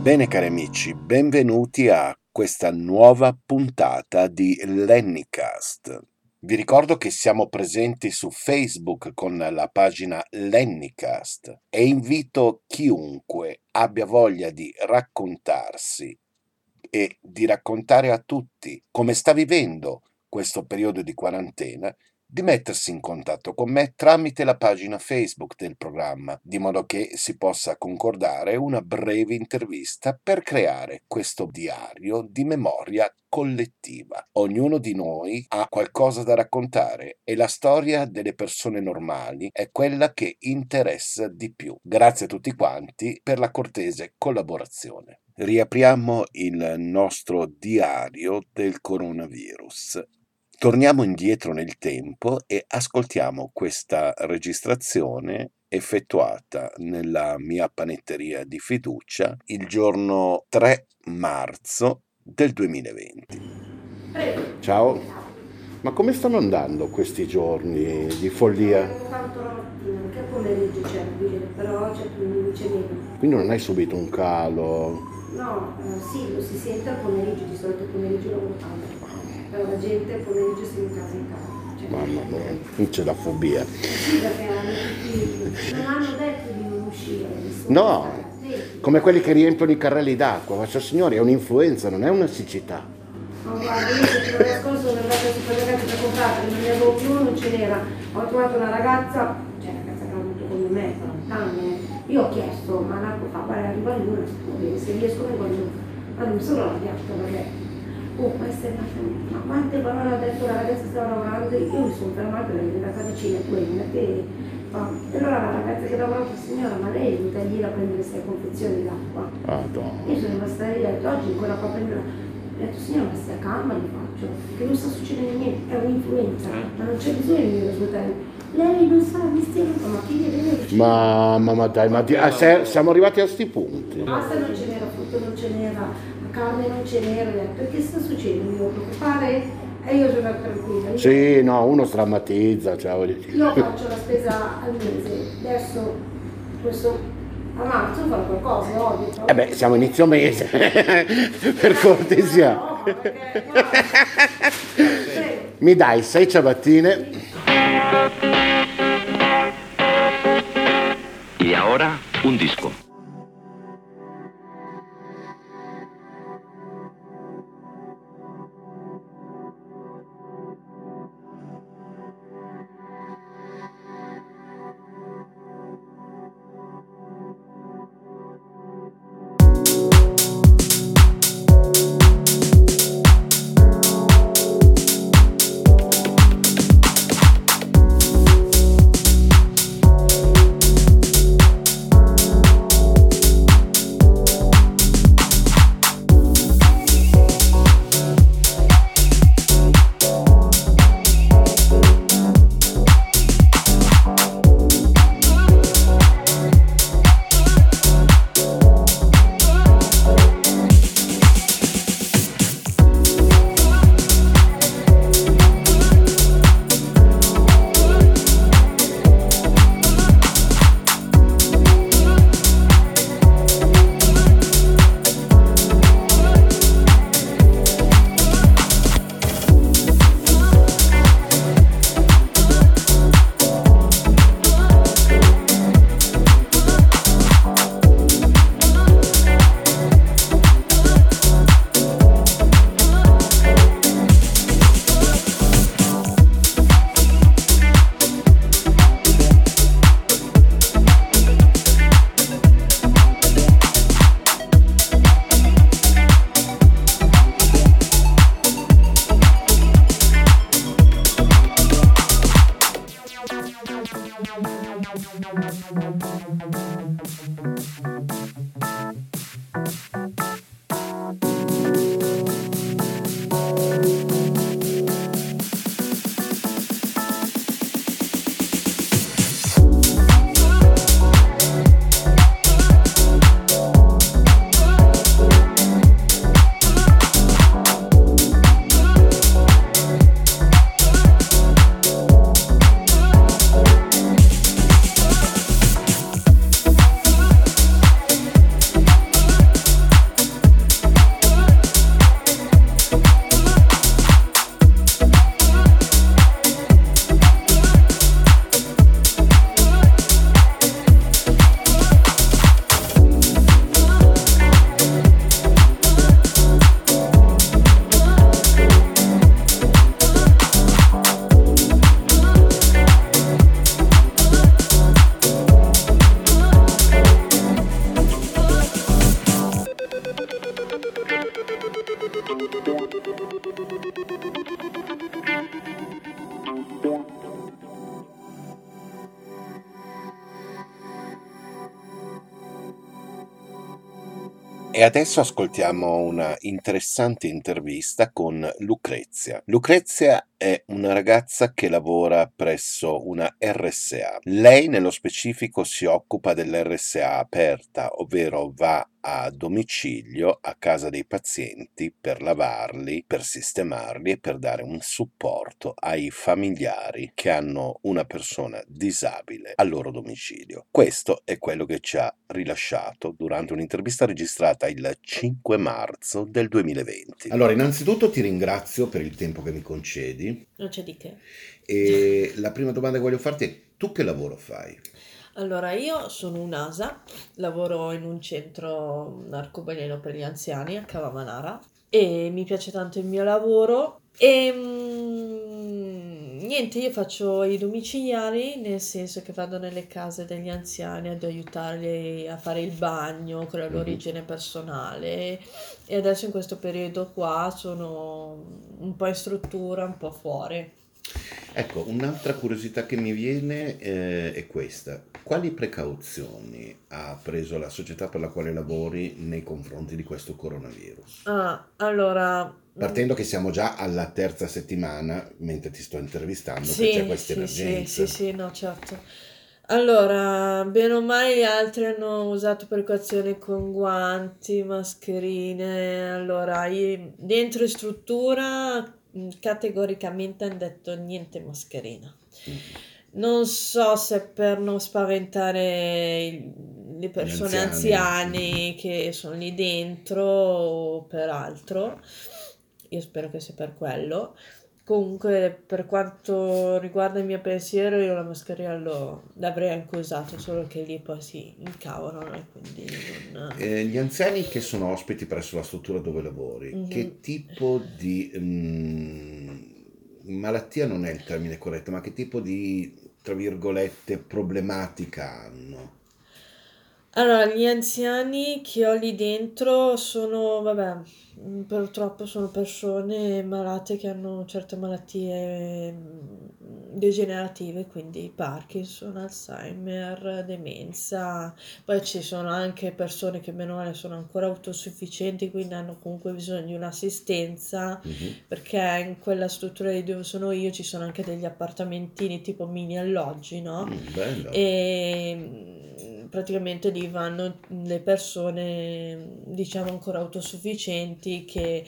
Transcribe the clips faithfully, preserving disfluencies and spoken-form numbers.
Bene cari amici, benvenuti a questa nuova puntata di Lennycast. Vi ricordo che siamo presenti su Facebook con la pagina Lennycast e invito chiunque abbia voglia di raccontarsi e di raccontare a tutti come sta vivendo questo periodo di quarantena, di mettersi in contatto con me tramite la pagina Facebook del programma, di modo che si possa concordare una breve intervista per creare questo diario di memoria collettiva. Ognuno di noi ha qualcosa da raccontare e la storia delle persone normali è quella che interessa di più. Grazie a tutti quanti per la cortese collaborazione. Riapriamo il nostro diario del coronavirus. Torniamo indietro nel tempo e ascoltiamo questa registrazione effettuata nella mia panetteria di fiducia il giorno tre marzo del duemilaventi. Ciao, ma come stanno andando questi giorni di follia? Ho fatto la mattina, che pomeriggio c'è, però c'è più c'è meno. Quindi non hai subito un calo? No, eh, sì, lo si sente al pomeriggio, di solito il pomeriggio lavoro tanto. Però la gente il pomeriggio si in casa in casa. Cioè, Mamma mia, non c'è la fobia. sì, perché hanno tutti, non hanno detto di non uscire. No, come quelli che riempiono i carrelli d'acqua. Ma cioè, signori, è un'influenza, non è una siccità. Ma guarda, io settimana scorsa sono andata al supermercato per comprare, non ne avevo più, non ce n'era. Ho trovato una ragazza, cioè la ragazza che ha avuto con me, quaranta anni. Io ho chiesto, ma Marco fa, guarda, arriva l'una, se riesco ne guardo. Ma non sono la piatta perché. Oh, questa è una famiglia. Ma quante parole ha detto la ragazza che stava lavorando? Io mi sono fermata perché è diventata vicina quella che fa. E allora la ragazza che lavora con la signora, ma lei è venuta lì a prendere queste confezioni d'acqua. Ah, no. Io sono rimasta lì, ho detto, oggi ancora qua a prendere. Ho detto, signora, ma stia calma, gli faccio, che non sta succedendo niente, è un'influenza, ma non c'è bisogno di ascoltare. Lei non sa, mi stia, ma chi deve vedere? Mamma, ma dai, ma ti- ah, se- siamo arrivati a sti punti. Pasta non ce n'era, frutto non ce n'era, carne non ce n'era, ho detto, che sta succedendo? Mi devo preoccupare? E io sono tranquilla. Io, Sì, no, uno strammatizza, cioè, voglio dire. io faccio la spesa al mese, adesso questo a marzo farò qualcosa, è ovvio. Però... Eh beh, siamo inizio mese, per cortesia. No, ma perché, guarda, prego. Mi dai sei ciabattine? Y ahora un disco. E adesso ascoltiamo una interessante intervista con Lucrezia. Lucrezia è una ragazza che lavora presso una R S A. Lei nello specifico si occupa dell'R S A aperta, ovvero va a domicilio a casa dei pazienti per lavarli, per sistemarli e per dare un supporto ai familiari che hanno una persona disabile al loro domicilio. Questo è quello che ci ha rilasciato durante un'intervista registrata il cinque marzo del duemilaventi. Allora, innanzitutto ti ringrazio per il tempo che mi concedi. Non c'è di che. E la prima domanda che voglio farti è: tu che lavoro fai? Allora, io sono un'asa, lavoro in un centro arcobaleno per gli anziani a Cavamanara e mi piace tanto il mio lavoro e mm, niente, io faccio i domiciliari, nel senso che vado nelle case degli anziani ad aiutarli a fare il bagno con la loro Mhm. igiene personale e adesso in questo periodo qua sono un po' in struttura, un po' fuori. Ecco, un'altra curiosità che mi viene eh, è questa. Quali precauzioni ha preso la società per la quale lavori nei confronti di questo coronavirus? Ah, allora, Partendo che siamo già alla terza settimana, mentre ti sto intervistando, che sì, c'è questa sì, sì, emergenza. sì, sì, no, certo. Allora, bene o male gli altri hanno usato precauzioni con guanti, mascherine. Allora, io- dentro in struttura mh, categoricamente hanno detto niente mascherina. Mm. Non so se per non spaventare il- le persone anziani. anziane che sono lì dentro o per altro. Io spero che sia per quello. Comunque, per quanto riguarda il mio pensiero, io la mascherina lo, l'avrei anche usato, solo che lì poi si incavolano e quindi non... Eh, gli anziani che sono ospiti presso la struttura dove lavori, Mhm. che tipo di mm, malattia non è il termine corretto, ma che tipo di, tra virgolette, problematica hanno? Allora, gli anziani che ho lì dentro sono, vabbè, mm, purtroppo sono persone malate che hanno certe malattie mm, degenerative, quindi Parkinson, Alzheimer, demenza. Poi ci sono anche persone che meno male sono ancora autosufficienti, quindi hanno comunque bisogno di un'assistenza, Mhm. perché in quella struttura di dove sono io ci sono anche degli appartamentini tipo mini alloggi, no? Mm, bello. E mm, praticamente lì vanno le persone, diciamo, ancora autosufficienti che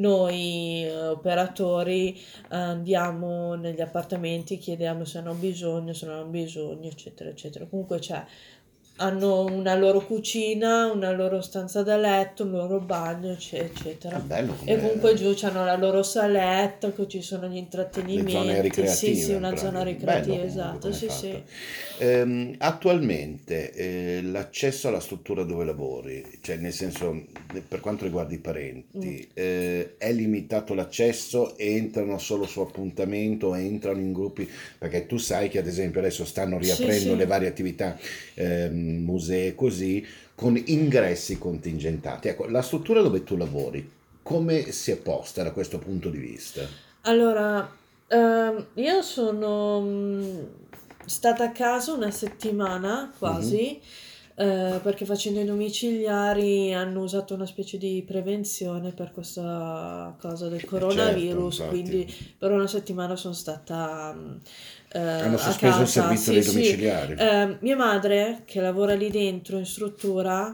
noi eh, operatori andiamo negli appartamenti, chiediamo se hanno bisogno, se non hanno bisogno, eccetera, eccetera. Comunque c'è. Hanno una loro cucina, una loro stanza da letto, un loro bagno, ecce- eccetera. Ah, bello E come comunque giù c'hanno la loro saletta, che ci sono gli le zone intrattenimenti. ricreative. Sì, sì, in una zona pratica. ricreativa, Bello comunque esatto, come è sì, fatto. sì. Ehm, attualmente eh, l'accesso alla struttura dove lavori, cioè nel senso eh, per quanto riguarda i Mm. parenti, eh, è limitato l'accesso, entrano solo su appuntamento, entrano in gruppi, perché tu sai che ad esempio adesso stanno Sì, riaprendo sì. le varie attività, ehm, musei così, con ingressi contingentati. Ecco, la struttura dove tu lavori, come si è posta da questo punto di vista? Allora, ehm, io sono mm, stata a casa una settimana Mhm. quasi, eh, perché facendo i domiciliari hanno usato una specie di prevenzione per questa cosa del Eh, certo, coronavirus, infatti. quindi per una settimana sono stata mm, eh, Hanno a sospeso il casa. servizio Sì, dei sì. domiciliari. Eh, mia madre, che lavora lì dentro in struttura,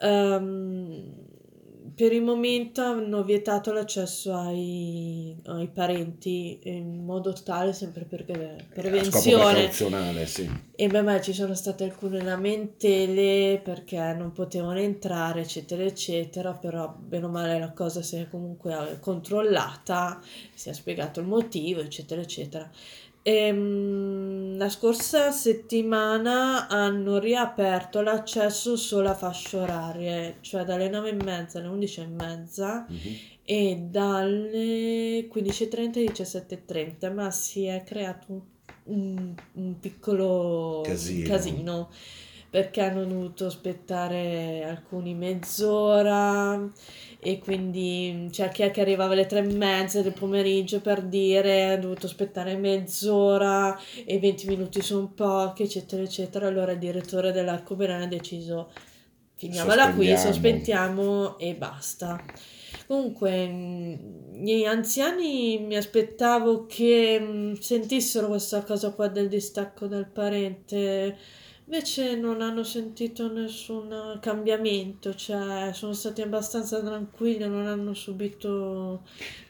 ehm, per il momento hanno vietato l'accesso ai, ai parenti in modo tale, sempre perché A scopo prevenzione. precauzionale, sì. E beh, beh, ci sono state alcune lamentele perché non potevano entrare, eccetera, eccetera, però bene o male la cosa si è comunque eh, controllata, si è spiegato il motivo, eccetera, eccetera. Ehm, la scorsa settimana hanno riaperto l'accesso solo a fasce orarie, cioè dalle nove e mezza alle undici e mezza Mhm. e dalle quindici e trenta alle diciassette e trenta, ma si è creato un, un- un piccolo Casino. casino perché hanno dovuto aspettare alcuni mezz'ora e quindi c'è chi è che arrivava alle tre e mezza del pomeriggio, per dire, ha dovuto aspettare mezz'ora e venti minuti sono pochi, eccetera, eccetera. Allora il direttore dell'Arcobaleno ha deciso: finiamola qui, Sospendiamo. sospendiamo e basta. Comunque, mh, gli anziani mi aspettavo che mh, sentissero questa cosa qua del distacco dal parente, invece non hanno sentito nessun cambiamento, cioè sono stati abbastanza tranquilli, non hanno subito,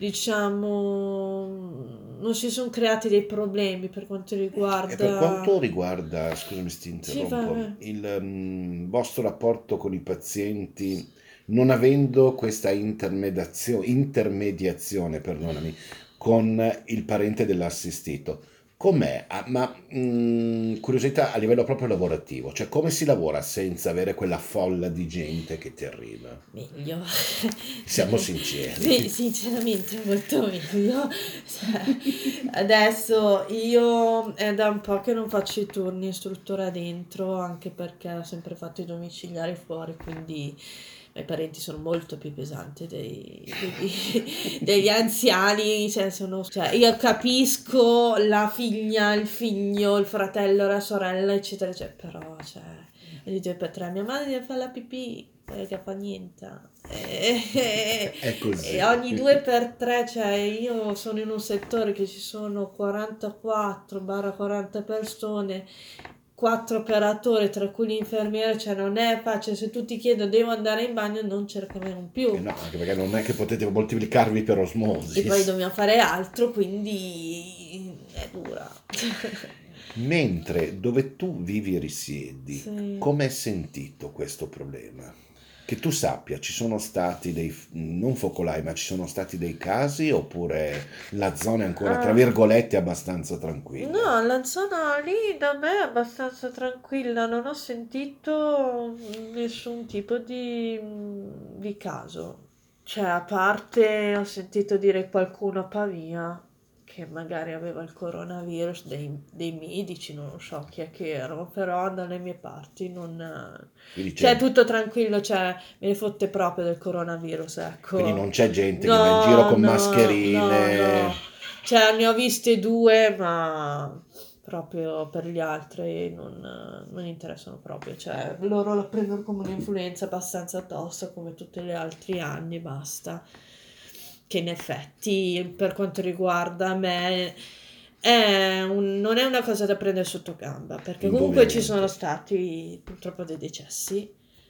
diciamo, non si sono creati dei problemi per quanto E per riguarda... quanto riguarda, scusami se ti Sì, va, interrompo, va. il mm, vostro rapporto con i pazienti, non avendo questa intermediazione, intermediazione, perdonami, con il parente dell'assistito, com'è? Ah, ma mm, curiosità a livello proprio lavorativo, cioè come si lavora senza avere quella folla di gente che ti arriva? Meglio. Siamo Sì, sinceri. sinceramente molto meglio. Cioè, adesso io è da un po' che non faccio i turni in struttura dentro, anche perché ho sempre fatto i domiciliari fuori, quindi i miei parenti sono molto più pesanti dei, degli, degli anziani, cioè, sono, cioè, io capisco la figlia, il figlio, il fratello, la sorella, eccetera, eccetera, però, cioè, ogni due per tre mia madre deve fare la pipì, che fa niente. E, e- È così. e ogni due per tre, cioè io sono in un settore che ci sono quarantaquattro quaranta persone, quattro operatori, tra cui l'infermiere, cioè non è facile, se tu ti chiedo devo andare in bagno non cercano Eh più. no, anche perché non è che potete moltiplicarvi per E osmosi. poi dobbiamo fare altro, quindi è dura. Mentre dove tu vivi e risiedi, Sì. come è sentito questo problema? Che tu sappia, ci sono stati dei, non focolai, ma ci sono stati dei casi oppure la zona è ancora, tra Ah. virgolette, abbastanza tranquilla? No, la zona lì da me è abbastanza tranquilla, non ho sentito nessun tipo di, di caso. Cioè, a parte ho sentito dire qualcuno a Pavia che magari aveva il coronavirus, dei, dei medici, non lo so chi è che erano, però dalle mie parti non... Quindi Cioè, c'è, è tutto tranquillo, cioè, me ne fotte proprio del coronavirus, quindi non ecco. c'è gente che va in giro No, con no, no, mascherine. no. Cioè, ne ho viste due, ma proprio per gli altri non, non interessano proprio. Cioè, loro la prendono come un'influenza abbastanza tosta, come tutti gli altri anni, basta. Che in effetti, per quanto riguarda me, è un- non è una cosa da prendere sotto gamba, perché comunque ci sono Indubbiamente. stati purtroppo dei decessi,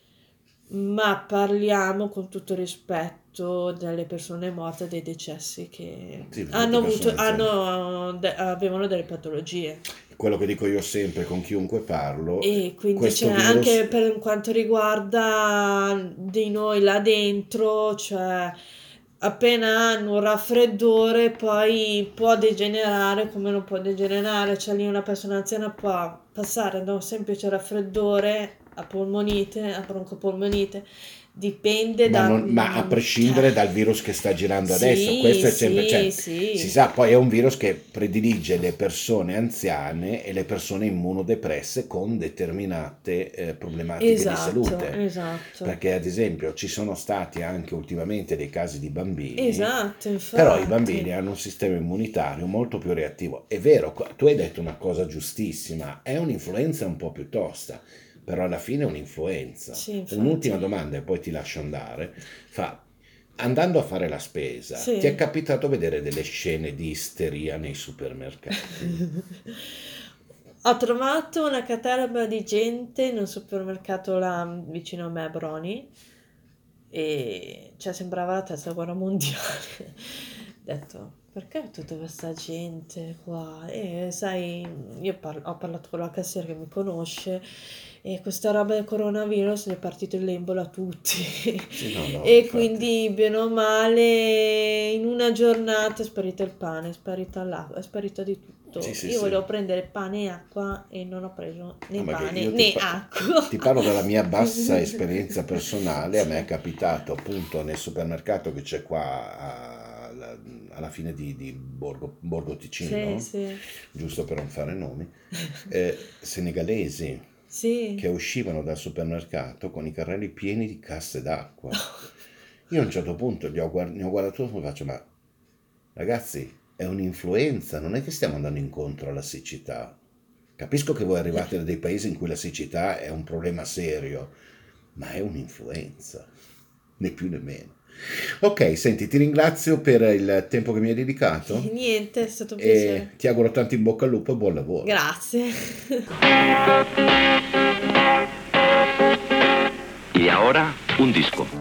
ma parliamo con tutto rispetto delle persone morte, dei decessi che Sì, molte hanno avuto, persone anziane. hanno, de- avevano delle patologie. Quello che dico io sempre con chiunque parlo, E quindi c'è questo virus anche per quanto riguarda di noi là dentro, cioè appena hanno un raffreddore poi può degenerare come non può degenerare, cioè lì una persona anziana può passare da un semplice raffreddore a polmonite, a broncopolmonite, dipende Ma, da... non- ma a prescindere dal virus che sta girando adesso, Sì, questo è sempre, sì, cioè, si sì, sa, poi è un virus che predilige le persone anziane e le persone immunodepresse con determinate eh, problematiche di esatto, salute. esatto, Perché ad esempio ci sono stati anche ultimamente dei casi di bambini, esatto, però i infatti. bambini hanno un sistema immunitario molto più reattivo. È vero, tu hai detto una cosa giustissima, è un'influenza un po' più tosta, però alla fine è un'influenza. Sì, infatti. Un'ultima domanda e poi ti lascio andare. Fa, andando a fare la spesa, Sì. ti è capitato vedere delle scene di isteria nei supermercati? Ho trovato una caterva di gente in un supermercato là vicino a me a Broni e cioè sembrava la terza guerra mondiale. Ho detto, perché tutta questa gente qua? E sai, io par- ho parlato con la cassiera che mi conosce e questa roba del coronavirus è partito in lembo a tutti. Sì, no, no, E infatti. quindi, bene o male, in una giornata è sparito il pane, è sparita l'acqua, è sparito di tutto. Sì, sì, Io sì. volevo prendere pane e acqua e non ho preso né No, ma che pane io ti, né pa- acqua. ti parlo della mia bassa esperienza personale. A me è Sì. capitato appunto nel supermercato che c'è qua a- alla, alla fine di, di Borgo, Borgo Sì, Ticino, sì. giusto per non fare nomi, eh, senegalesi Sì. che uscivano dal supermercato con i carrelli pieni di casse d'acqua. Io a un certo punto gli ho guard- ne ho guardato e faccio, ma ragazzi, è un'influenza, non è che stiamo andando incontro alla siccità. Capisco che voi arrivate da dei paesi in cui la siccità è un problema serio, ma è un'influenza, né più né meno. Ok, senti, ti ringrazio per il tempo che mi hai dedicato Niente, è stato un piacere. e ti auguro tanto in bocca al lupo e buon lavoro. Grazie. Y ahora, un disco.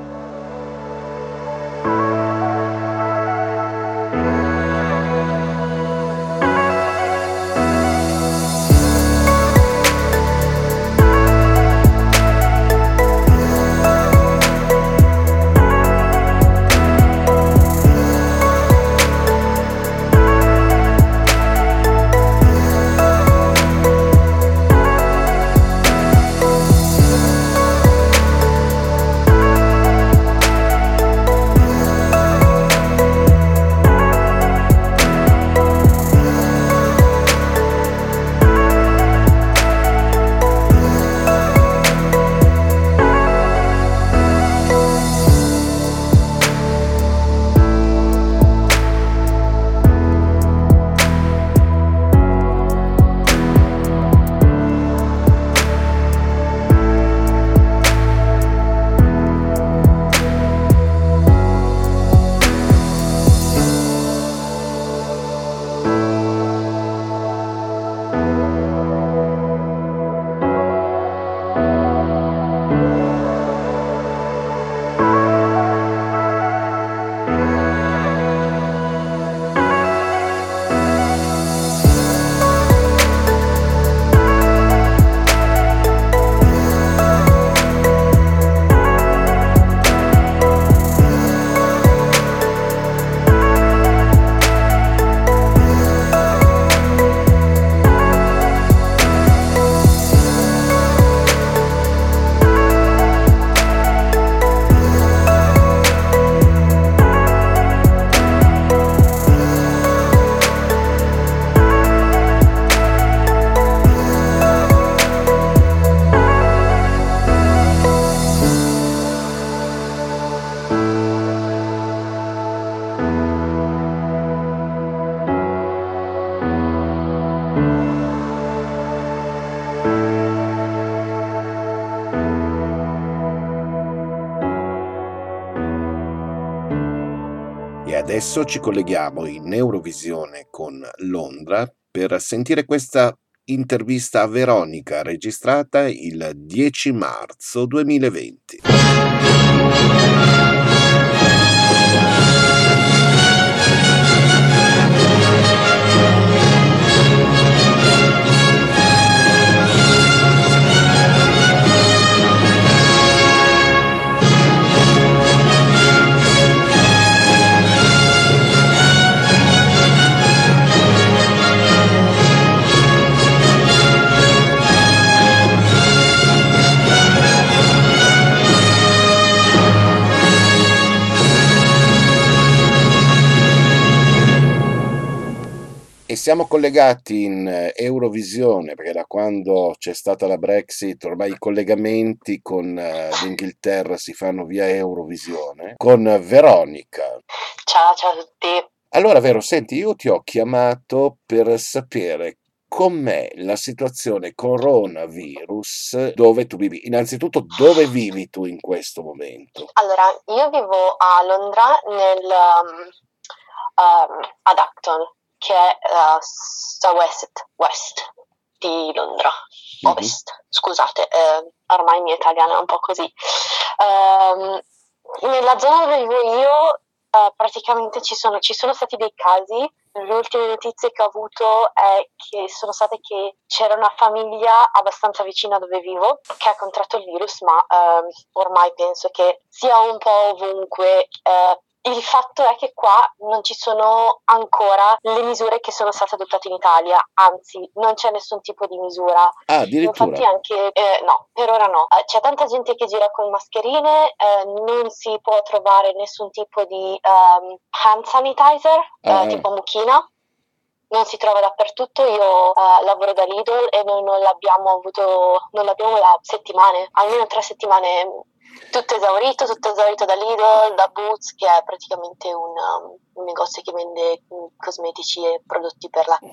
Adesso ci colleghiamo in Eurovisione con Londra per sentire questa intervista a Veronica registrata il dieci marzo duemilaventi. E siamo collegati in Eurovisione, perché da quando c'è stata la Brexit ormai i collegamenti con l'Inghilterra si fanno via Eurovisione, con Veronica. Ciao, ciao a tutti. Allora, Vero, senti, io ti ho chiamato per sapere com'è la situazione coronavirus dove tu vivi. Innanzitutto, dove vivi tu in questo momento? Allora, io vivo a Londra, nel, um, um, ad Acton, che è uh, a west, west di Londra, Mhm. ovest, scusate, eh, ormai il mio italiano è un po' così. Ehm, nella zona dove vivo io eh, praticamente ci sono, ci sono stati dei casi. Le ultime notizie che ho avuto è che sono state che c'era una famiglia abbastanza vicina dove vivo che ha contratto il virus, ma ehm, ormai penso che sia un po' ovunque. eh, Il fatto è che qua non ci sono ancora le misure che sono state adottate in Italia, anzi non c'è nessun tipo di misura. Ah, addirittura. Infatti anche, eh, no, per ora no. Eh, c'è tanta gente che gira con mascherine, eh, non si può trovare nessun tipo di um, hand sanitizer, eh, Ah, ah. tipo mucchina. non si trova dappertutto. Io uh, lavoro da Lidl e noi non l'abbiamo avuto, non l'abbiamo da settimane, almeno tre settimane, tutto esaurito, tutto esaurito da Lidl, da Boots, che è praticamente un, um, un negozio che vende um, cosmetici e prodotti per la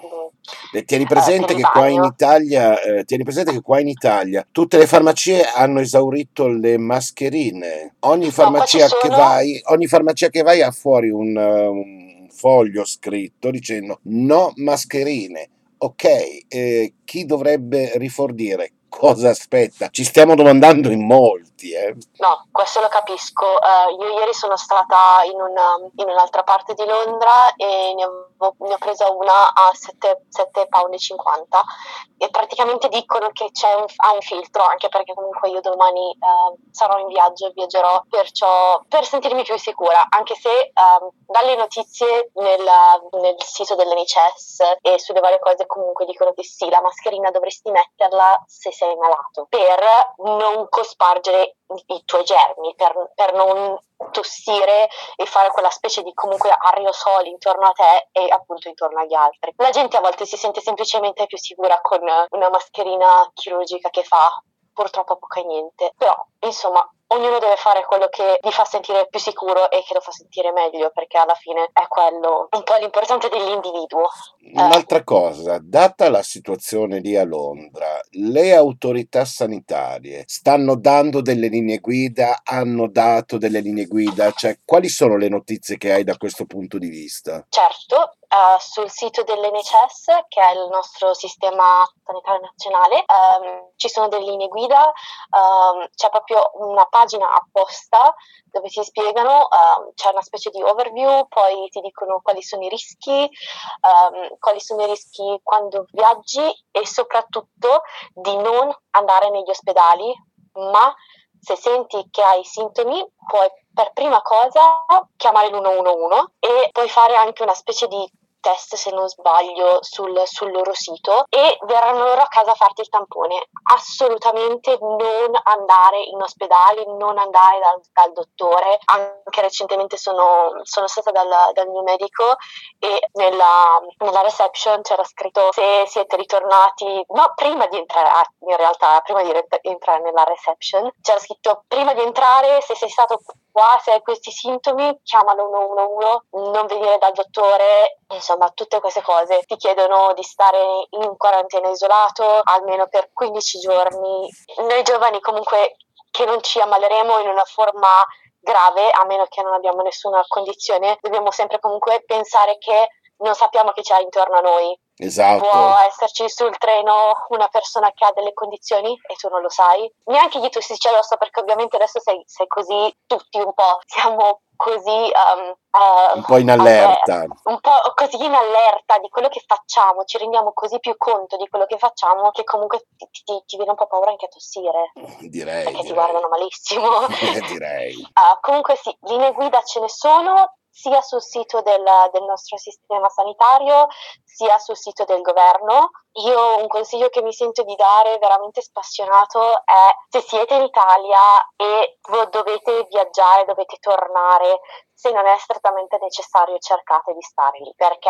E tieni presente uh, che qua in Italia, eh, tieni presente che qua in Italia tutte le farmacie hanno esaurito le mascherine. Ogni farmacia no, che sono... vai, ogni farmacia che vai ha fuori un, uh, un foglio scritto dicendo no mascherine. Ok, eh, chi dovrebbe rifornire? Cosa aspetta? Ci stiamo domandando in molti, eh. No, questo lo capisco. Uh, io ieri sono stata in, una, in un'altra parte di Londra e ne ho, ne ho presa una a sette pound e cinquanta e praticamente dicono che c'è un, ha un filtro, anche perché comunque io domani uh, sarò in viaggio e viaggerò, perciò per sentirmi più sicura, anche se um, dalle notizie nel, nel sito dell'N H S e sulle varie cose comunque dicono che sì, la mascherina dovresti metterla se sei malato per non cospargere i tuoi germi, per, per non tossire e fare quella specie di comunque aerosoli intorno a te e appunto intorno agli altri. La gente a volte si sente semplicemente più sicura con una mascherina chirurgica che fa purtroppo poco e niente, però insomma ognuno deve fare quello che gli fa sentire più sicuro e che lo fa sentire meglio, perché alla fine è quello un po' l'importante dell'individuo. Un'altra eh. cosa, data la situazione lì a Londra, le autorità sanitarie stanno dando delle linee guida, hanno dato delle linee guida, cioè quali sono le notizie che hai da questo punto di vista? Certo, uh, sul sito dell'N H S, che è il nostro sistema sanitario nazionale, um, ci sono delle linee guida, um, c'è proprio una pagina apposta dove ti spiegano, um, c'è una specie di overview, poi ti dicono quali sono i rischi, um, quali sono i rischi quando viaggi e soprattutto di non andare negli ospedali, ma se senti che hai sintomi puoi per prima cosa chiamare l'uno uno uno e puoi fare anche una specie di test, se non sbaglio, sul, sul loro sito e verranno loro a casa a farti il tampone. Assolutamente non andare in ospedale, non andare dal, dal dottore. Anche recentemente sono, sono stata dal, dal mio medico e nella, nella reception c'era scritto se siete ritornati, no, prima di entrare, in realtà, prima di re- entrare nella reception, c'era scritto prima di entrare, se sei stato qua, se hai questi sintomi, chiamalo uno uno uno, non venire dal dottore, insomma tutte queste cose. Ti chiedono di stare in quarantena isolato almeno per quindici giorni. Noi giovani comunque che non ci ammaleremo in una forma grave, a meno che non abbiamo nessuna condizione, dobbiamo sempre comunque pensare che non sappiamo chi c'è intorno a noi. Esatto. Può esserci sul treno una persona che ha delle condizioni e tu non lo sai. Neanche gli tossici addosso, perché ovviamente adesso sei, sei così, tutti un po', siamo così... Um, uh, un po' in allerta. Uh, un po' così in allerta di quello che facciamo, ci rendiamo così più conto di quello che facciamo che comunque ti, ti, ti viene un po' paura anche a tossire. Direi. Perché direi. ti guardano malissimo. direi. Uh, comunque sì, linee guida ce ne sono, sia sul sito del, del nostro sistema sanitario, sia sul sito del governo. Io un consiglio che mi sento di dare veramente spassionato è: se siete in Italia e dovete viaggiare, dovete tornare, se non è strettamente necessario cercate di stare lì, perché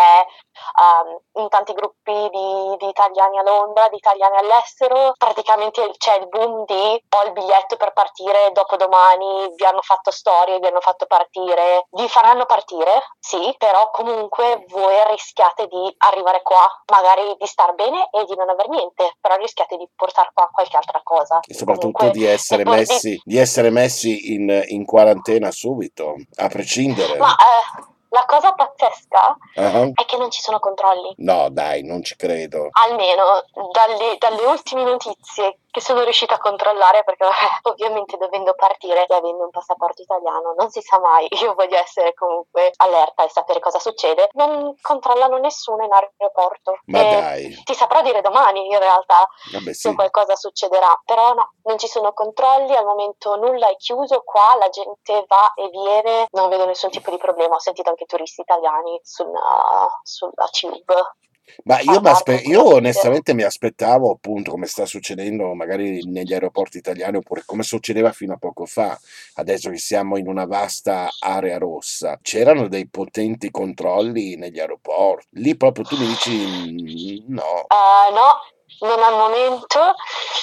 um, in tanti gruppi di, di italiani a Londra, di italiani all'estero, praticamente c'è il boom di ho il biglietto per partire dopodomani, vi hanno fatto storie, vi hanno fatto partire, vi faranno partire, sì, però comunque voi rischiate di arrivare qua, magari di star bene e di non aver niente, però rischiate di portare qua qualche altra cosa. E soprattutto comunque, di essere por- messi, di... di essere messi in, in quarantena subito, a prescindere. Ma eh, la cosa pazzesca uh-huh. è che non ci sono controlli. No, dai, non ci credo. Almeno dalle, dalle ultime notizie che sono riuscita a controllare, perché ovviamente dovendo partire e avendo un passaporto italiano non si sa mai, io voglio essere comunque allerta e sapere cosa succede, non controllano nessuno in aeroporto. Ma e dai. Ti saprò dire domani in realtà. Vabbè, se sì. qualcosa succederà, però no, non ci sono controlli, al momento nulla è chiuso qua, la gente va e viene, non vedo nessun tipo di problema. Ho sentito anche turisti italiani sulla, sulla Tube. Ma io, far m'aspe- parte io tranquillamente. onestamente mi aspettavo, appunto, come sta succedendo magari negli aeroporti italiani, oppure come succedeva fino a poco fa, adesso che siamo in una vasta area rossa, c'erano dei potenti controlli negli aeroporti. Lì proprio tu mi dici mm, no. Eh, no, non al momento,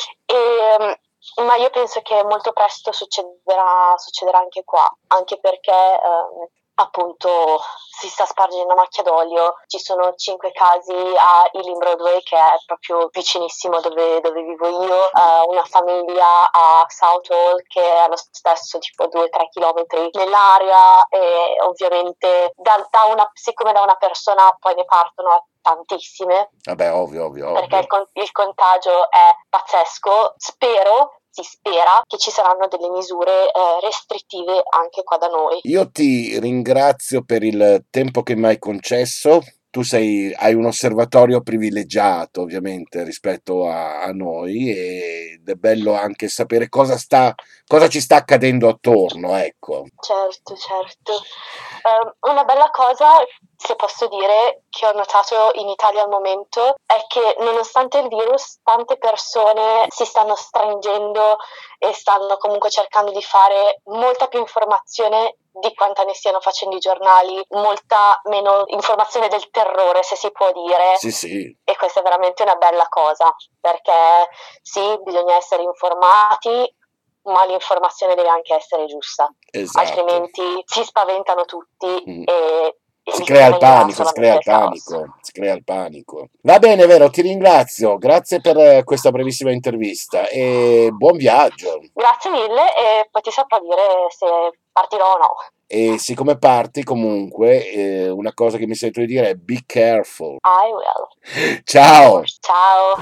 e, ma io penso che molto presto succederà, succederà anche qua, anche perché ehm, appunto si sta spargendo macchia d'olio. Ci sono cinque casi a Ealing Broadway, che è proprio vicinissimo dove, dove vivo io, eh, una famiglia a Southall che è lo stesso, tipo due tre chilometri nell'area, e ovviamente da, da una, siccome da una persona poi ne partono tantissime, Vabbè, ovvio, ovvio, perché ovvio. il, con- il contagio è pazzesco. Spero, si spera, che ci saranno delle misure eh, restrittive anche qua da noi. Io ti ringrazio per il tempo che mi hai concesso. Tu sei, hai un osservatorio privilegiato, ovviamente, rispetto a, a noi, ed è bello anche sapere cosa sta, cosa ci sta accadendo attorno, ecco. Certo, certo. Ehm, una bella cosa, se posso dire, che ho notato in Italia al momento è che nonostante il virus, tante persone si stanno stringendo e stanno comunque cercando di fare molta più informazione di quanta ne stiano facendo i giornali, molta meno informazione del terrore, se si può dire. Sì, sì, E questa è veramente una bella cosa, perché sì, bisogna essere informati, ma l'informazione deve anche essere giusta, esatto. altrimenti si spaventano tutti Mm. e Si il crea il regnerà panico, si crea il solamente caos. panico, si crea il panico. Va bene, Vero, ti ringrazio. Grazie per eh, questa brevissima intervista e buon viaggio. Grazie mille, e poi ti saprò dire se partirò o no. E siccome parti, comunque, eh, una cosa che mi sento di dire è be careful. I will. Ciao! Ciao.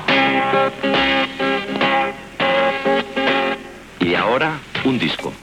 Y ahora, un disco.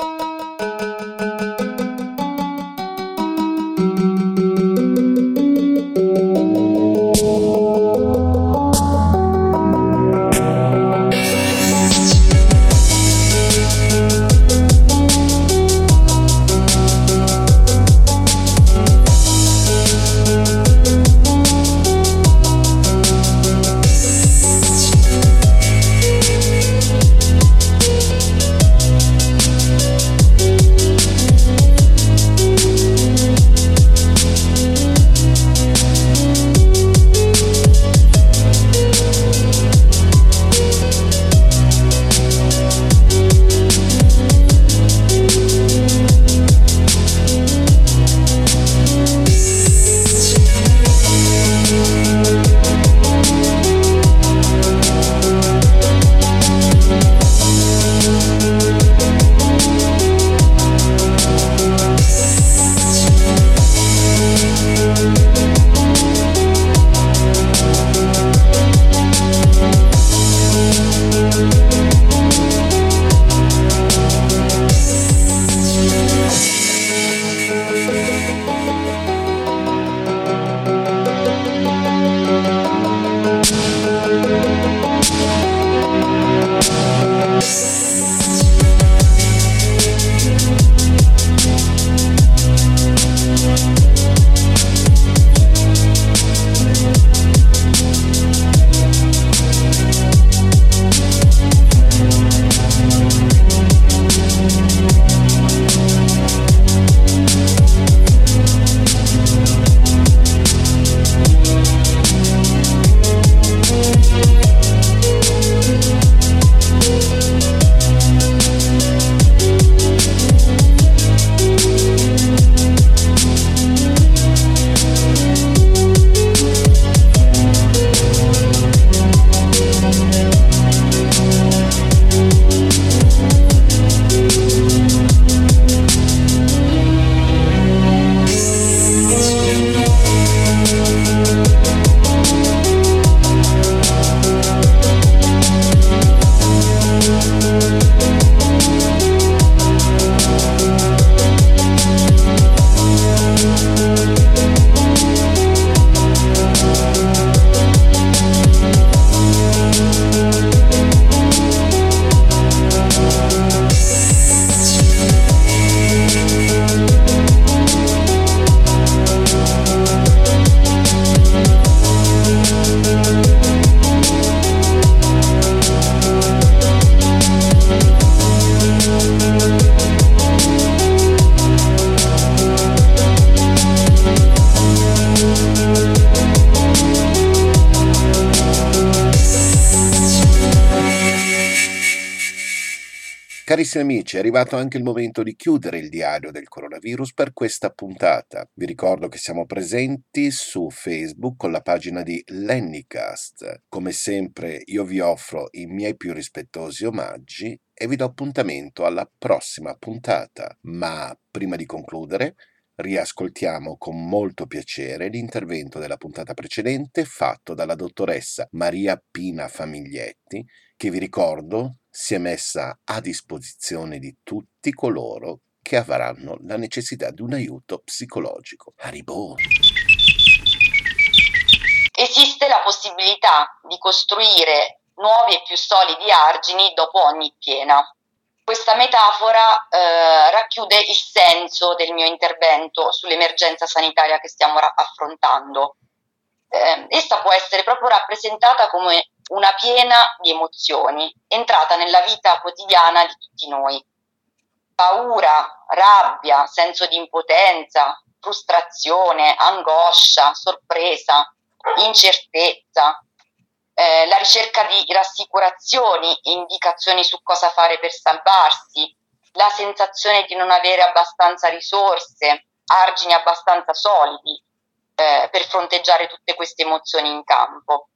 Carissimi amici, è arrivato anche il momento di chiudere il diario del coronavirus per questa puntata. Vi ricordo che siamo presenti su Facebook con la pagina di Lennycast. Come sempre io vi offro i miei più rispettosi omaggi e vi do appuntamento alla prossima puntata. Ma prima di concludere, riascoltiamo con molto piacere l'intervento della puntata precedente fatto dalla dottoressa Maria Pina Famiglietti, che vi ricordo si è messa a disposizione di tutti coloro che avranno la necessità di un aiuto psicologico. Arrivo. Esiste la possibilità di costruire nuovi e più solidi argini dopo ogni piena. Questa metafora eh, racchiude il senso del mio intervento sull'emergenza sanitaria che stiamo ra- affrontando. Eh, essa può essere proprio rappresentata come una piena di emozioni, entrata nella vita quotidiana di tutti noi. Paura, rabbia, senso di impotenza, frustrazione, angoscia, sorpresa, incertezza, eh, la ricerca di rassicurazioni e indicazioni su cosa fare per salvarsi, la sensazione di non avere abbastanza risorse, argini abbastanza solidi eh, per fronteggiare tutte queste emozioni in campo.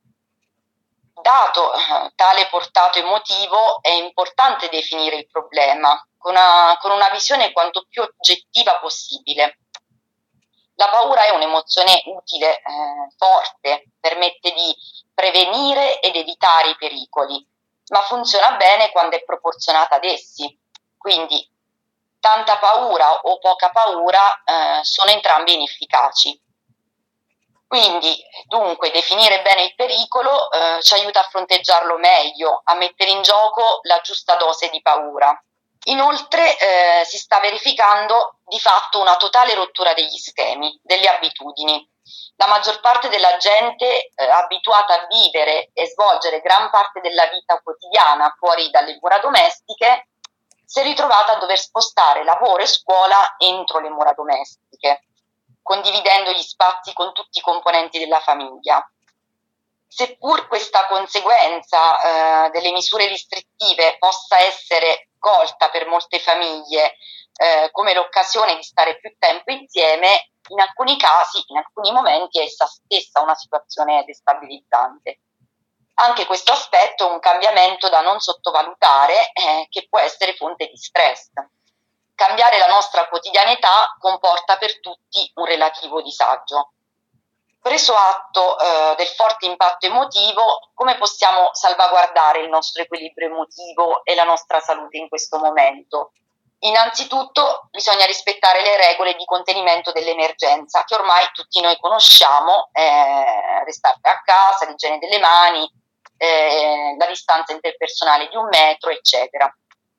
Dato eh, tale portato emotivo, è importante definire il problema con una, con una visione quanto più oggettiva possibile. La paura è un'emozione utile, eh, forte, permette di prevenire ed evitare i pericoli, ma funziona bene quando è proporzionata ad essi. Quindi tanta paura o poca paura eh, sono entrambi inefficaci. Quindi, dunque, definire bene il pericolo eh, ci aiuta a fronteggiarlo meglio, a mettere in gioco la giusta dose di paura. Inoltre eh, si sta verificando di fatto una totale rottura degli schemi, delle abitudini. La maggior parte della gente eh, abituata a vivere e svolgere gran parte della vita quotidiana fuori dalle mura domestiche si è ritrovata a dover spostare lavoro e scuola entro le mura domestiche, condividendo gli spazi con tutti i componenti della famiglia. Seppur questa conseguenza eh, delle misure restrittive possa essere colta per molte famiglie eh, come l'occasione di stare più tempo insieme, in alcuni casi, in alcuni momenti è essa stessa una situazione destabilizzante. Anche questo aspetto è un cambiamento da non sottovalutare eh, che può essere fonte di stress. Cambiare la nostra quotidianità comporta per tutti un relativo disagio. Preso atto eh, del forte impatto emotivo, come possiamo salvaguardare il nostro equilibrio emotivo e la nostra salute in questo momento? Innanzitutto bisogna rispettare le regole di contenimento dell'emergenza che ormai tutti noi conosciamo, eh, restare a casa, l'igiene delle mani, eh, la distanza interpersonale di un metro, eccetera.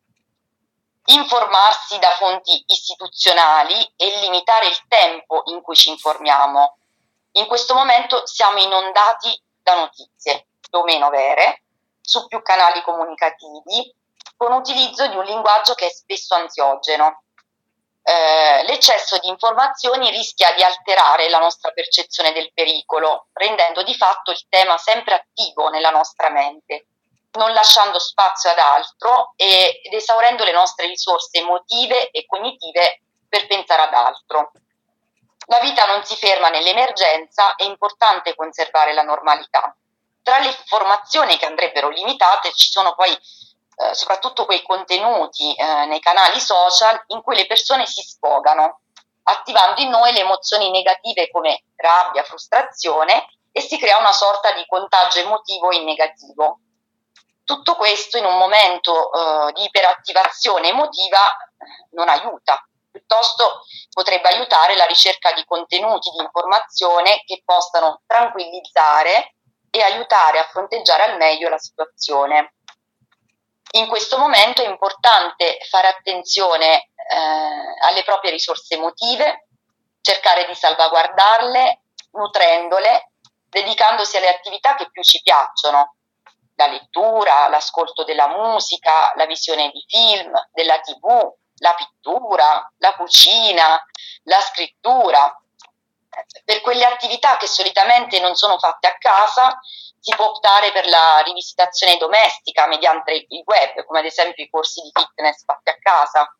Informarsi da fonti istituzionali e limitare il tempo in cui ci informiamo. In questo momento siamo inondati da notizie, più o meno vere, su più canali comunicativi, con utilizzo di un linguaggio che è spesso ansiogeno. Eh, l'eccesso di informazioni rischia di alterare la nostra percezione del pericolo, rendendo di fatto il tema sempre attivo nella nostra mente, non lasciando spazio ad altro ed esaurendo le nostre risorse emotive e cognitive per pensare ad altro. La vita non si ferma nell'emergenza, è importante conservare la normalità. Tra le informazioni che andrebbero limitate ci sono poi eh, soprattutto quei contenuti eh, nei canali social in cui le persone si sfogano, attivando in noi le emozioni negative come rabbia, frustrazione e si crea una sorta di contagio emotivo in negativo. Tutto questo in un momento eh, di iperattivazione emotiva non aiuta. Piuttosto potrebbe aiutare la ricerca di contenuti di informazione che possano tranquillizzare e aiutare a fronteggiare al meglio la situazione. In questo momento è importante fare attenzione eh, alle proprie risorse emotive, cercare di salvaguardarle, nutrendole, dedicandosi alle attività che più ci piacciono, la lettura, l'ascolto della musica, la visione di film, della tivù, la pittura, la cucina, la scrittura. Per quelle attività che solitamente non sono fatte a casa si può optare per la rivisitazione domestica mediante il web, come ad esempio i corsi di fitness fatti a casa.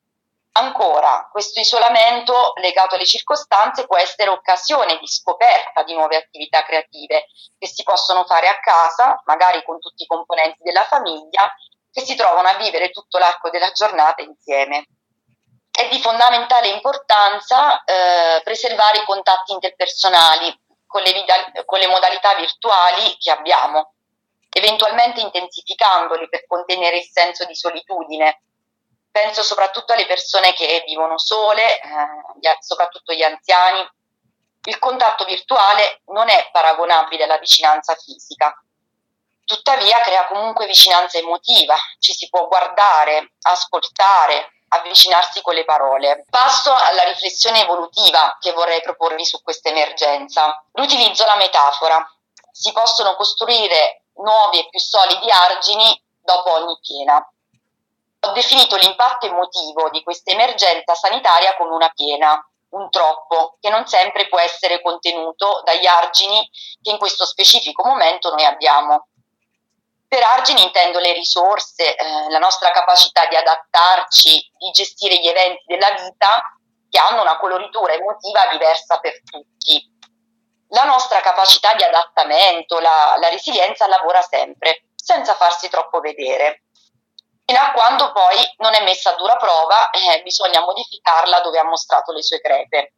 Ancora, questo isolamento legato alle circostanze può essere occasione di scoperta di nuove attività creative che si possono fare a casa, magari con tutti i componenti della famiglia, che si trovano a vivere tutto l'arco della giornata insieme. È di fondamentale importanza eh, preservare i contatti interpersonali con le, vida- con le modalità virtuali che abbiamo, eventualmente intensificandoli per contenere il senso di solitudine. Penso soprattutto alle persone che vivono sole, eh, soprattutto gli anziani. Il contatto virtuale non è paragonabile alla vicinanza fisica, tuttavia crea comunque vicinanza emotiva, ci si può guardare, ascoltare, avvicinarsi con le parole. Passo alla riflessione evolutiva che vorrei proporvi su questa emergenza. Utilizzo la metafora. Si possono costruire nuovi e più solidi argini dopo ogni piena. Ho definito l'impatto emotivo di questa emergenza sanitaria come una piena, un troppo, che non sempre può essere contenuto dagli argini che in questo specifico momento noi abbiamo. Per argini intendo le risorse, eh, la nostra capacità di adattarci, di gestire gli eventi della vita che hanno una coloritura emotiva diversa per tutti. La nostra capacità di adattamento, la, la resilienza lavora sempre, senza farsi troppo vedere. Fino a quando poi non è messa a dura prova, eh, bisogna modificarla dove ha mostrato le sue crepe.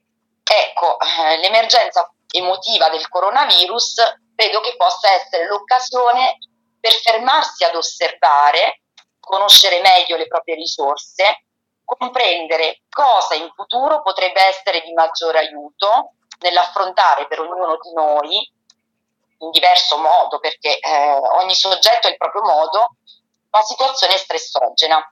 Ecco, eh, l'emergenza emotiva del coronavirus credo che possa essere l'occasione per fermarsi ad osservare, conoscere meglio le proprie risorse, comprendere cosa in futuro potrebbe essere di maggiore aiuto nell'affrontare per ognuno di noi, in diverso modo, perché eh, ogni soggetto ha il proprio modo, una situazione stressogena.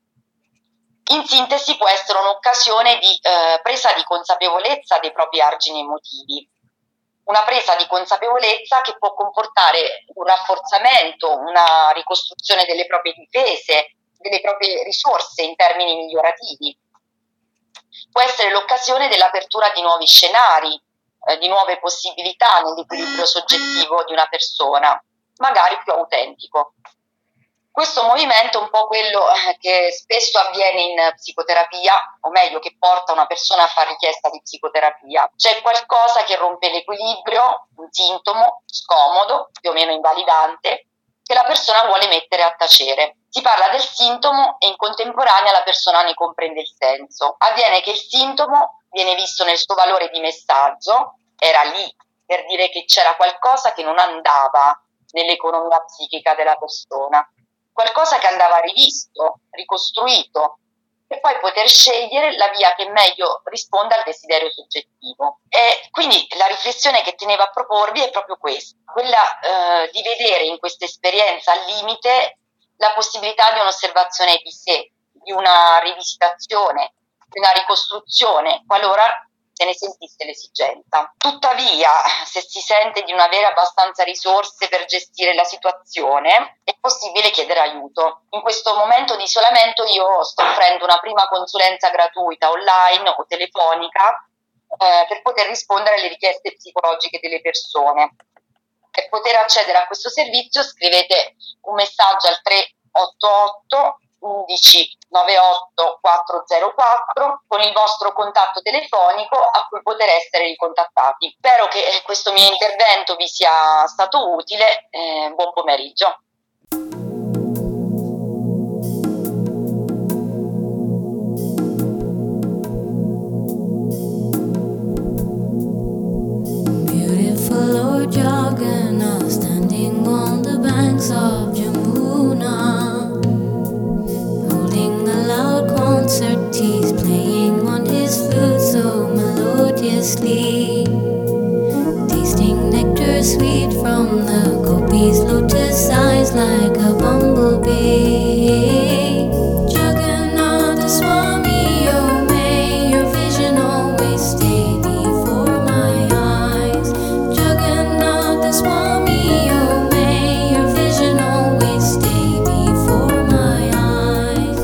In sintesi può essere un'occasione di eh, presa di consapevolezza dei propri argini emotivi, una presa di consapevolezza che può comportare un rafforzamento, una ricostruzione delle proprie difese, delle proprie risorse in termini migliorativi. Può essere l'occasione dell'apertura di nuovi scenari, eh, di nuove possibilità nell'equilibrio soggettivo di una persona, magari più autentico. Questo movimento è un po' quello che spesso avviene in psicoterapia, o meglio che porta una persona a fare richiesta di psicoterapia. C'è qualcosa che rompe l'equilibrio, un sintomo scomodo, più o meno invalidante, che la persona vuole mettere a tacere. Si parla del sintomo e in contemporanea la persona ne comprende il senso. Avviene che il sintomo viene visto nel suo valore di messaggio, era lì per dire che c'era qualcosa che non andava nell'economia psichica della persona. Qualcosa che andava rivisto, ricostruito, e poi poter scegliere la via che meglio risponda al desiderio soggettivo. E quindi la riflessione che tenevo a proporvi è proprio questa, quella eh, di vedere in questa esperienza al limite la possibilità di un'osservazione di sé, di una rivisitazione, di una ricostruzione, qualora se ne sentisse l'esigenza. Tuttavia, se si sente di non avere abbastanza risorse per gestire la situazione, è possibile chiedere aiuto. In questo momento di isolamento io sto offrendo una prima consulenza gratuita online o telefonica eh, per poter rispondere alle richieste psicologiche delle persone. Per poter accedere a questo servizio scrivete un messaggio al tre otto otto undici novantotto quattrocentoquattro con il vostro contatto telefonico a cui poter essere ricontattati. Spero che questo mio intervento vi sia stato utile. Eh, buon pomeriggio. Beautiful Lord Jagannath standing on the banks of Jamuna, concert he's playing on his flute so melodiously, tasting nectar sweet from the gopi's lotus eyes like a bumblebee. Jagannatha Swami, oh may your vision always stay before my eyes. Jagannatha Swami, oh may your vision always stay before my eyes.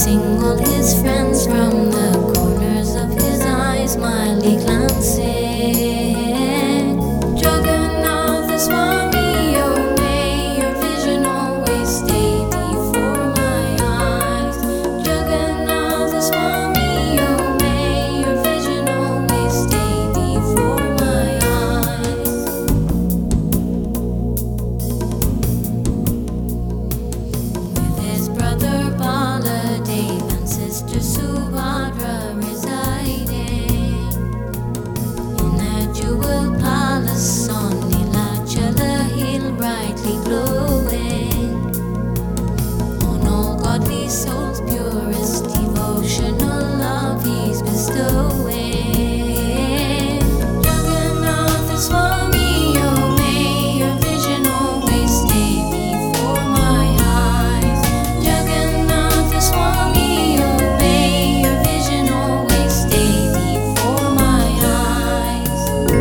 missing all his friends from the corners of his eyes, mildly glancing. Jagannatha Swami, oh may your vision always stay before my eyes. Jagannatha Swami, oh may your vision always stay before my eyes. With his brother Baladev and sister Subhadra residing in a jewel palace on Nilachala hill, brightly glowing. On all godly souls, purest devotional love he's bestowing. Jagannatha Swami, oh may your vision always stay before my eyes. Jagannatha Swami, oh may your vision always stay before my eyes.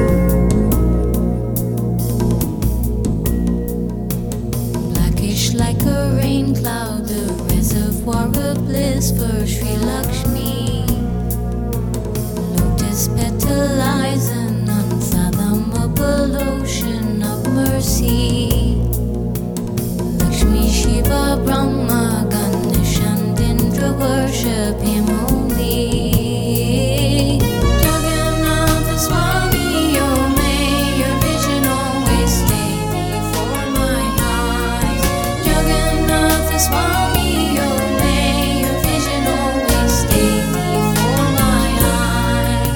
Blackish like a rain cloud, the reservoir of bliss for Sri Lakshmi. Lotus petal eyes, an unfathomable ocean of mercy. Lakshmi, Shiva, Brahma, Ganesh and Indra worship him only. Jagannatha Swami, oh may your vision always stay before my eyes. Jagannatha Swami, oh may your vision always stay before my eyes.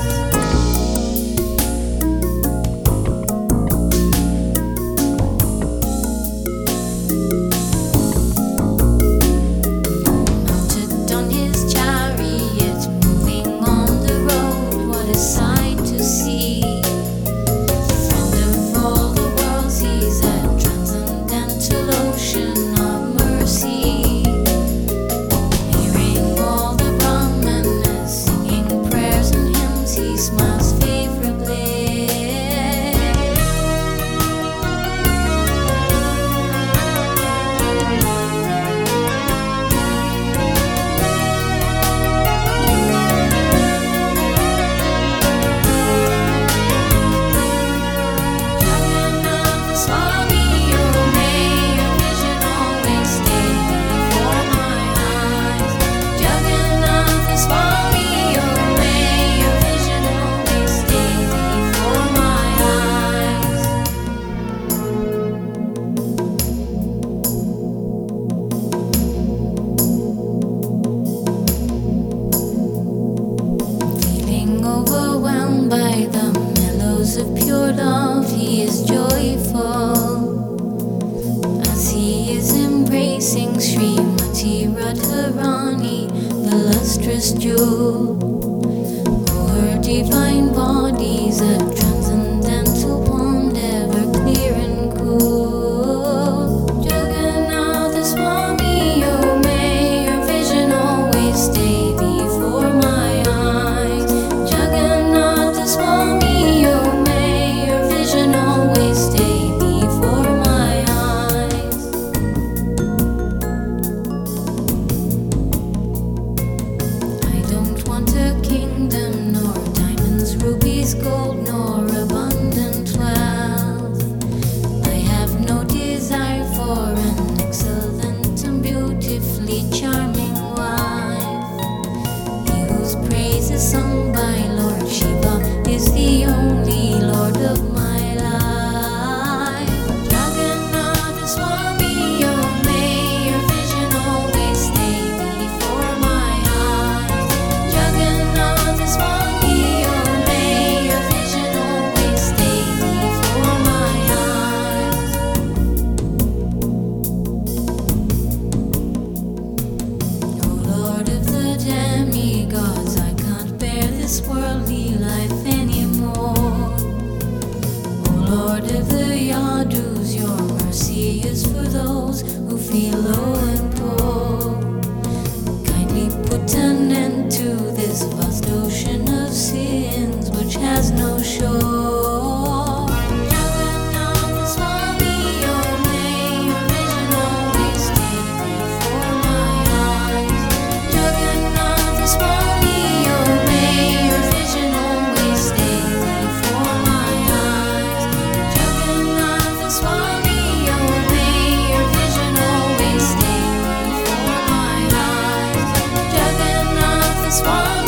Mounted on his chariot, moving on the road, what a sight to see. Friend of all the worlds, he's a transcendental ocean of mercy. Hearing all the Brahmanas singing prayers and hymns, he smiles favorably. Jagannatha Swami, oh may your vision always stay before my eyes. Jagannatha Swami, oh may your vision always stay before my eyes. Feeling overwhelmed by the mellows of pure love, he is joyful as he is embracing Srimati Radharani, the lustrous jewel. Oh, her divine body's a transcendental pond, ever clear and cool. Jagannatha Swami, oh may your vision always stay before my eyes. Jagannatha Swami, oh may your vision always stay before my eyes. I don't want a kingdom, nor diamonds, rubies, gold, nor abundant wealth. I have no desire for an excellent and beautifully charming wife. He whose praise is sung by Lord Shiva is the only Lord of my life. Jagannatha Swami, oh may your vision always stay before my eyes. Jagannatha Swami, oh may your vision always stay before my eyes. Oh Lord of the demigods, I can't bear this worldly life anymore. Oh Lord of the Yadus, your mercy is for those who feel low and poor. Kindly put an end to this vast ocean of sins which has no shore. Jagannatha Swami, oh may your vision always stay before my eyes. Jagannatha swan.